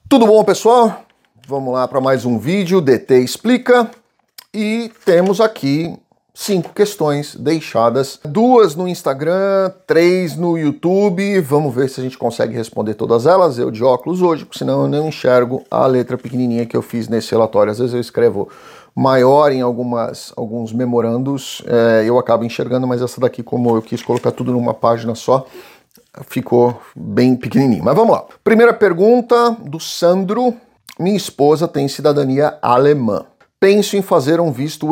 Tudo bom, pessoal? Vamos lá para mais um vídeo, DT Explica. E temos aqui 5 questões deixadas, 2 no Instagram, 3 no YouTube. Vamos ver se a gente consegue responder todas elas. Eu de óculos hoje, senão eu não enxergo a letra pequenininha que eu fiz nesse relatório. Às vezes eu escrevo maior em alguns memorandos, eu acabo enxergando, mas essa daqui, como eu quis colocar tudo numa página só, ficou bem pequenininho. Mas vamos lá. Primeira pergunta do Sandro. Minha esposa tem cidadania alemã. Penso em fazer um visto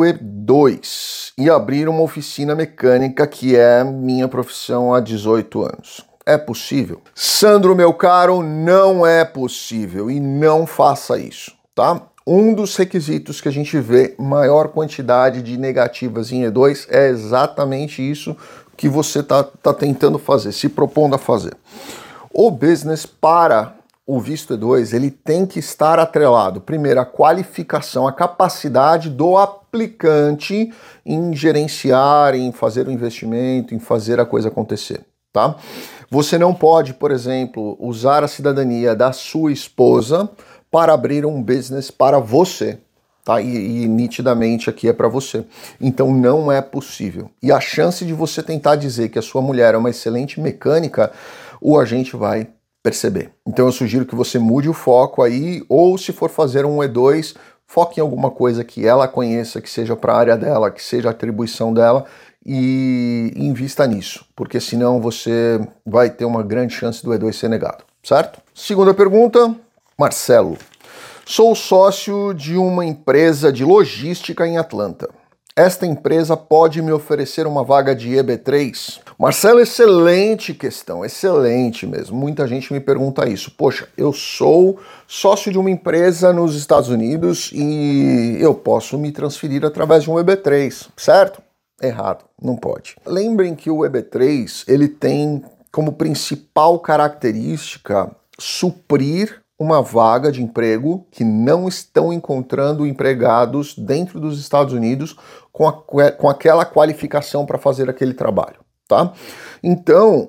E2 e abrir uma oficina mecânica, que é minha profissão há 18 anos. É possível? Sandro, meu caro, não é possível e não faça isso, tá? Um dos requisitos que a gente vê maior quantidade de negativas em E2 é exatamente isso que você tá tentando fazer, se propondo a fazer. O business para o visto E2, ele tem que estar atrelado, primeiro, à qualificação, à capacidade do aplicante em gerenciar, em fazer o investimento, em fazer a coisa acontecer, tá? Você não pode, por exemplo, usar a cidadania da sua esposa para abrir um business para você, tá? E nitidamente aqui é para você. Então não é possível. E a chance de você tentar dizer que a sua mulher é uma excelente mecânica, o agente vai perceber. Então eu sugiro que você mude o foco aí, ou se for fazer um E2, foque em alguma coisa que ela conheça, que seja para a área dela, que seja a atribuição dela, e invista nisso, porque senão você vai ter uma grande chance do E2 ser negado, certo? Segunda pergunta, Marcelo. Sou sócio de uma empresa de logística em Atlanta. Esta empresa pode me oferecer uma vaga de EB3? Marcelo, excelente questão, excelente mesmo. Muita gente me pergunta isso. Poxa, eu sou sócio de uma empresa nos Estados Unidos e eu posso me transferir através de um EB3, certo? Errado, não pode. Lembrem que o EB3, ele tem como principal característica suprir uma vaga de emprego que não estão encontrando empregados dentro dos Estados Unidos com aquela qualificação para fazer aquele trabalho, tá? Então,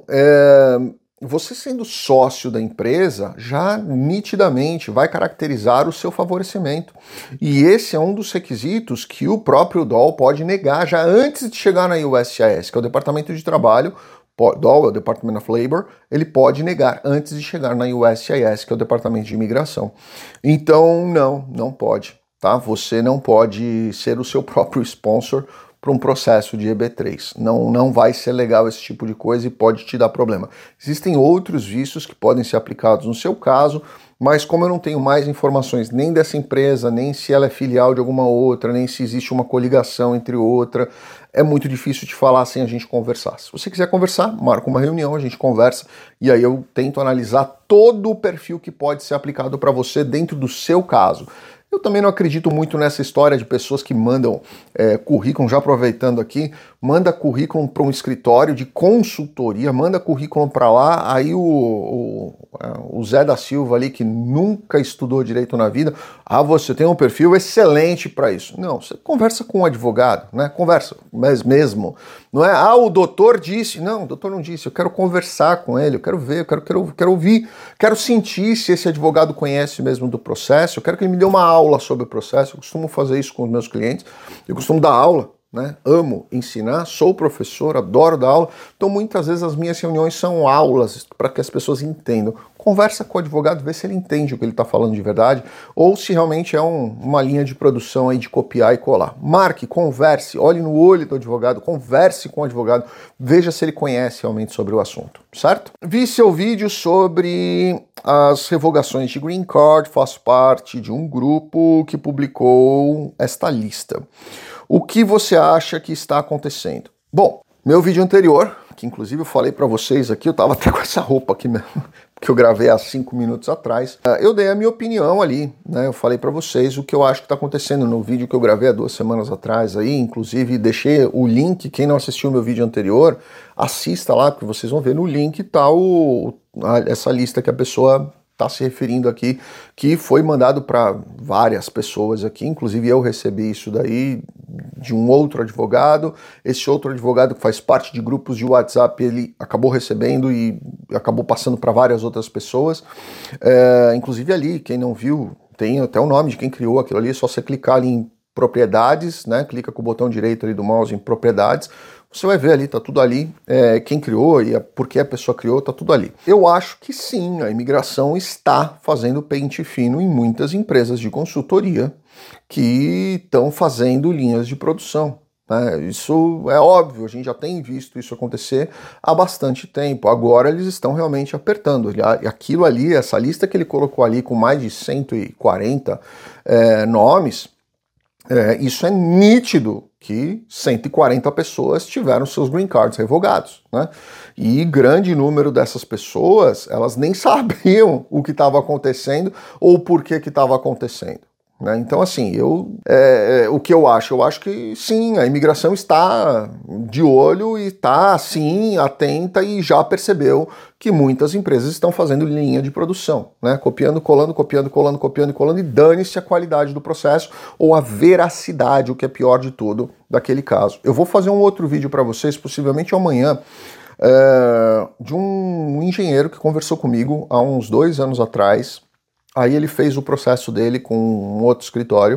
você sendo sócio da empresa, já nitidamente vai caracterizar o seu favorecimento. E esse é um dos requisitos que o próprio DOL pode negar já antes de chegar na USCIS, que é o Departamento de Trabalho. DOL, é o Department of Labor, ele pode negar antes de chegar na USCIS, que é o Departamento de Imigração. Então, não pode, tá? Você não pode ser o seu próprio sponsor para um processo de EB3. Não vai ser legal esse tipo de coisa e pode te dar problema. Existem outros vistos que podem ser aplicados no seu caso, mas como eu não tenho mais informações nem dessa empresa, nem se ela é filial de alguma outra, nem se existe uma coligação entre outra, é muito difícil de falar sem a gente conversar. Se você quiser conversar, marca uma reunião, a gente conversa e aí eu tento analisar todo o perfil que pode ser aplicado para você dentro do seu caso. Eu também não acredito muito nessa história de pessoas que mandam currículo, já aproveitando aqui, manda currículo para um escritório de consultoria, manda currículo para lá, aí o Zé da Silva ali, que nunca estudou direito na vida, você tem um perfil excelente para isso. Não, você conversa com um advogado, né? Conversa, mas mesmo. Não é, o doutor disse. Não, o doutor não disse, eu quero conversar com ele, eu quero ver, eu quero ouvir, quero sentir se esse advogado conhece mesmo do processo, eu quero que ele me dê uma aula sobre o processo. Eu costumo fazer isso com os meus clientes, eu costumo dar aula, né? Amo ensinar, sou professor, adoro dar aula, então muitas vezes as minhas reuniões são aulas para que as pessoas entendam. Conversa com o advogado, vê se ele entende o que ele está falando de verdade ou se realmente é uma linha de produção aí de copiar e colar. Marque, converse, olhe no olho do advogado, converse com o advogado, veja se ele conhece realmente sobre o assunto, certo? Vi seu vídeo sobre as revogações de Green Card, faço parte de um grupo que publicou esta lista. O que você acha que está acontecendo? Bom, meu vídeo anterior, que inclusive eu falei para vocês aqui, eu tava até com essa roupa aqui mesmo, que eu gravei há 5 minutos atrás, eu dei a minha opinião ali, né? Eu falei para vocês o que eu acho que está acontecendo no vídeo que eu gravei há 2 semanas atrás aí, inclusive deixei o link, quem não assistiu o meu vídeo anterior, assista lá, porque vocês vão ver no link tá essa lista que a pessoa está se referindo aqui, que foi mandado para várias pessoas aqui, inclusive eu recebi isso daí de um outro advogado. Esse outro advogado que faz parte de grupos de WhatsApp, ele acabou recebendo e acabou passando para várias outras pessoas, inclusive ali, quem não viu, tem até o nome de quem criou aquilo ali, é só você clicar ali em propriedades, né? Clica com o botão direito ali do mouse em propriedades, você vai ver ali, tá tudo ali, quem criou e por que a pessoa criou, tá tudo ali. Eu acho que sim, a imigração está fazendo pente fino em muitas empresas de consultoria que estão fazendo linhas de produção. Isso é óbvio, a gente já tem visto isso acontecer há bastante tempo. Agora eles estão realmente apertando. Aquilo ali, essa lista que ele colocou ali com mais de 140 nomes, isso é nítido que 140 pessoas tiveram seus green cards revogados, né? E grande número dessas pessoas, elas nem sabiam o que estava acontecendo ou por que estava acontecendo. Então, assim, o que eu acho que sim, a imigração está de olho e está, sim, atenta e já percebeu que muitas empresas estão fazendo linha de produção, né? Copiando, colando, copiando, colando, copiando e colando, e dane-se a qualidade do processo ou a veracidade, o que é pior de tudo, daquele caso. Eu vou fazer um outro vídeo para vocês, possivelmente amanhã, de um engenheiro que conversou comigo há uns 2 anos atrás. Aí ele fez o processo dele com um outro escritório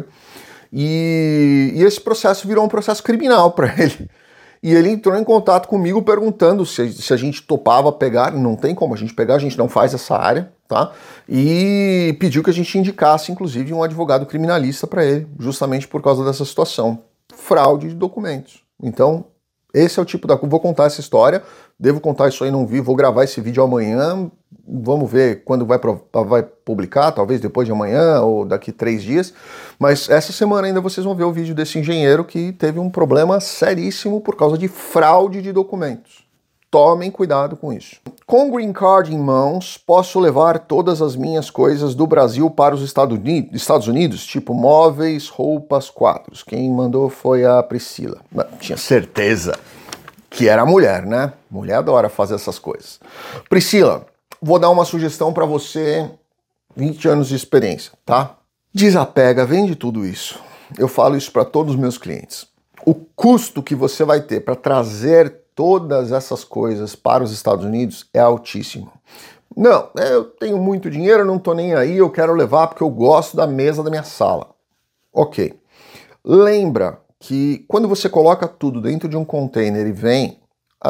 e esse processo virou um processo criminal para ele. E ele entrou em contato comigo perguntando se a gente topava pegar, não tem como a gente pegar, a gente não faz essa área, tá? E pediu que a gente indicasse, inclusive, um advogado criminalista para ele, justamente por causa dessa situação. Fraude de documentos. Então, esse é o tipo vou contar essa história, devo contar isso aí num vídeo, vou gravar esse vídeo amanhã, vamos ver quando vai publicar, talvez depois de amanhã ou daqui 3 dias, mas essa semana ainda vocês vão ver o vídeo desse engenheiro que teve um problema seríssimo por causa de fraude de documentos. Tomem cuidado com isso. Com Green Card em mãos, posso levar todas as minhas coisas do Brasil para os Estados Unidos, tipo móveis, roupas, quadros. Quem mandou foi a Priscila. Tinha certeza que era a mulher, né? Mulher adora fazer essas coisas. Priscila, vou dar uma sugestão para você, 20 anos de experiência, tá? Desapega, vende tudo isso. Eu falo isso para todos os meus clientes. O custo que você vai ter para trazer todas essas coisas para os Estados Unidos é altíssimo. Não, eu tenho muito dinheiro, não tô nem aí, eu quero levar porque eu gosto da mesa da minha sala. Ok. Lembra que quando você coloca tudo dentro de um container e vem,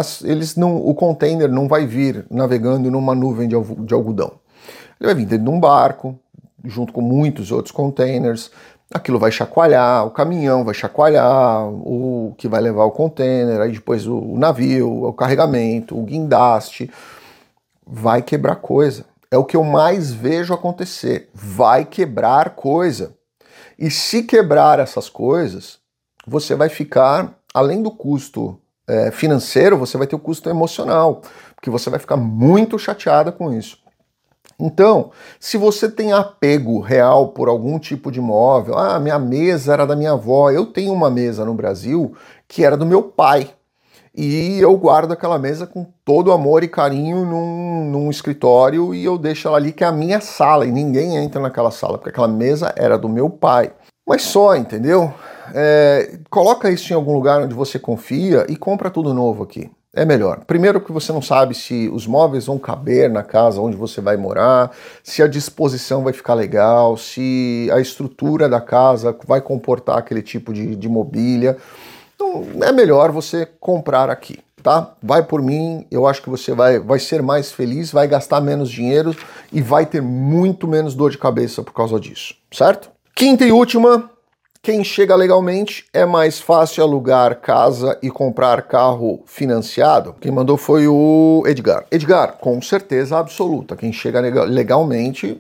o container não vai vir navegando numa nuvem de algodão. Ele vai vir dentro de um barco, junto com muitos outros containers. Aquilo vai chacoalhar, o caminhão vai chacoalhar, o que vai levar o container, aí depois o navio, o carregamento, o guindaste, vai quebrar coisa. É o que eu mais vejo acontecer, vai quebrar coisa. E se quebrar essas coisas, você vai ficar, além do custo financeiro, você vai ter o custo emocional, porque você vai ficar muito chateada com isso. Então, se você tem apego real por algum tipo de móvel, minha mesa era da minha avó, eu tenho uma mesa no Brasil que era do meu pai, e eu guardo aquela mesa com todo amor e carinho num escritório e eu deixo ela ali que é a minha sala, e ninguém entra naquela sala, porque aquela mesa era do meu pai. Mas só, entendeu? Coloca isso em algum lugar onde você confia e compra tudo novo aqui. É melhor. Primeiro que você não sabe se os móveis vão caber na casa onde você vai morar, se a disposição vai ficar legal, se a estrutura da casa vai comportar aquele tipo de mobília. Então é melhor você comprar aqui, tá? Vai por mim, eu acho que você vai ser mais feliz, vai gastar menos dinheiro e vai ter muito menos dor de cabeça por causa disso, certo? Quinta e última. Quem chega legalmente, é mais fácil alugar casa e comprar carro financiado? Quem mandou foi o Edgar. Edgar, com certeza absoluta. Quem chega legalmente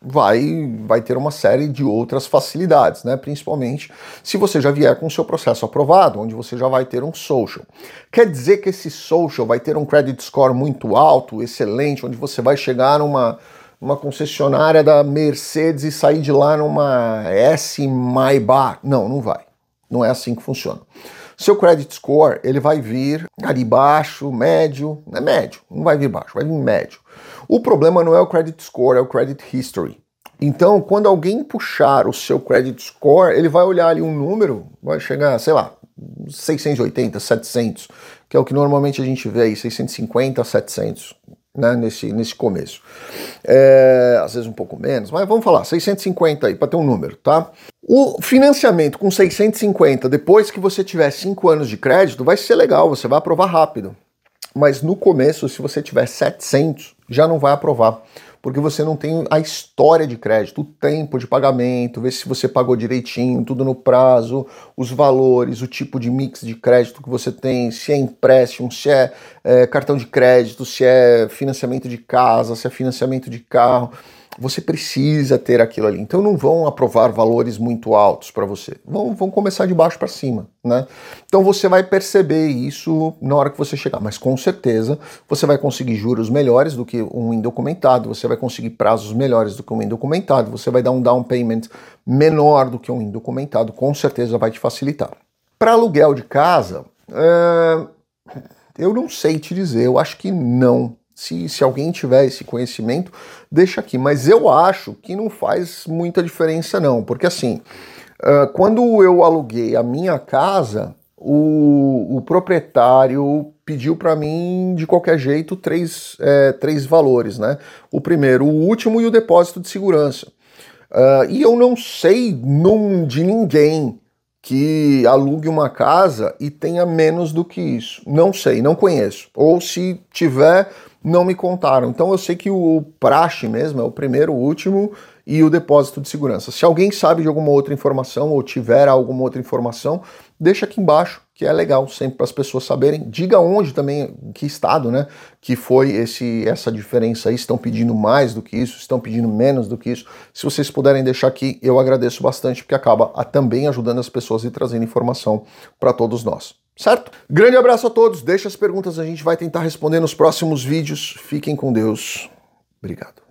vai ter uma série de outras facilidades, né? Principalmente se você já vier com o seu processo aprovado, onde você já vai ter um social. Quer dizer que esse social vai ter um credit score muito alto, excelente, onde você vai chegar numa concessionária da Mercedes e sair de lá numa S-Maybach. Não vai. Não é assim que funciona. Seu credit score, ele vai vir ali baixo, médio, não vai vir baixo, vai vir médio. O problema não é o credit score, é o credit history. Então, quando alguém puxar o seu credit score, ele vai olhar ali um número, vai chegar, sei lá, 680, 700, que é o que normalmente a gente vê aí, 650 a 700, né, nesse começo. Às vezes um pouco menos, mas vamos falar, 650 aí, para ter um número, tá? O financiamento com 650, depois que você tiver 5 anos de crédito, vai ser legal, você vai aprovar rápido. Mas no começo, se você tiver 700, já não vai aprovar. Porque você não tem a história de crédito, o tempo de pagamento, ver se você pagou direitinho, tudo no prazo, os valores, o tipo de mix de crédito que você tem, se é empréstimo, se é cartão de crédito, se é financiamento de casa, se é financiamento de carro. Você precisa ter aquilo ali. Então não vão aprovar valores muito altos para você. Vão começar de baixo para cima, né? Então você vai perceber isso na hora que você chegar. Mas com certeza você vai conseguir juros melhores do que um indocumentado, você vai conseguir prazos melhores do que um indocumentado, você vai dar um down payment menor do que um indocumentado, com certeza vai te facilitar. Para aluguel de casa, eu não sei te dizer, eu acho que não. Se alguém tiver esse conhecimento, deixa aqui. Mas eu acho que não faz muita diferença não, porque assim, quando eu aluguei a minha casa, o proprietário pediu para mim, de qualquer jeito, três valores, né? O primeiro, o último e o depósito de segurança. E eu não sei de ninguém que alugue uma casa e tenha menos do que isso. Não sei, não conheço. Ou se tiver, não me contaram. Então eu sei que o praxe mesmo é o primeiro, o último e o depósito de segurança. Se alguém sabe de alguma outra informação ou tiver alguma outra informação, deixa aqui embaixo, que é legal sempre para as pessoas saberem. Diga onde também, que estado, né, que foi essa diferença aí, estão pedindo mais do que isso, estão pedindo menos do que isso. Se vocês puderem deixar aqui, eu agradeço bastante, porque acaba também ajudando as pessoas e trazendo informação para todos nós. Certo? Grande abraço a todos, deixa as perguntas, a gente vai tentar responder nos próximos vídeos. Fiquem com Deus. Obrigado.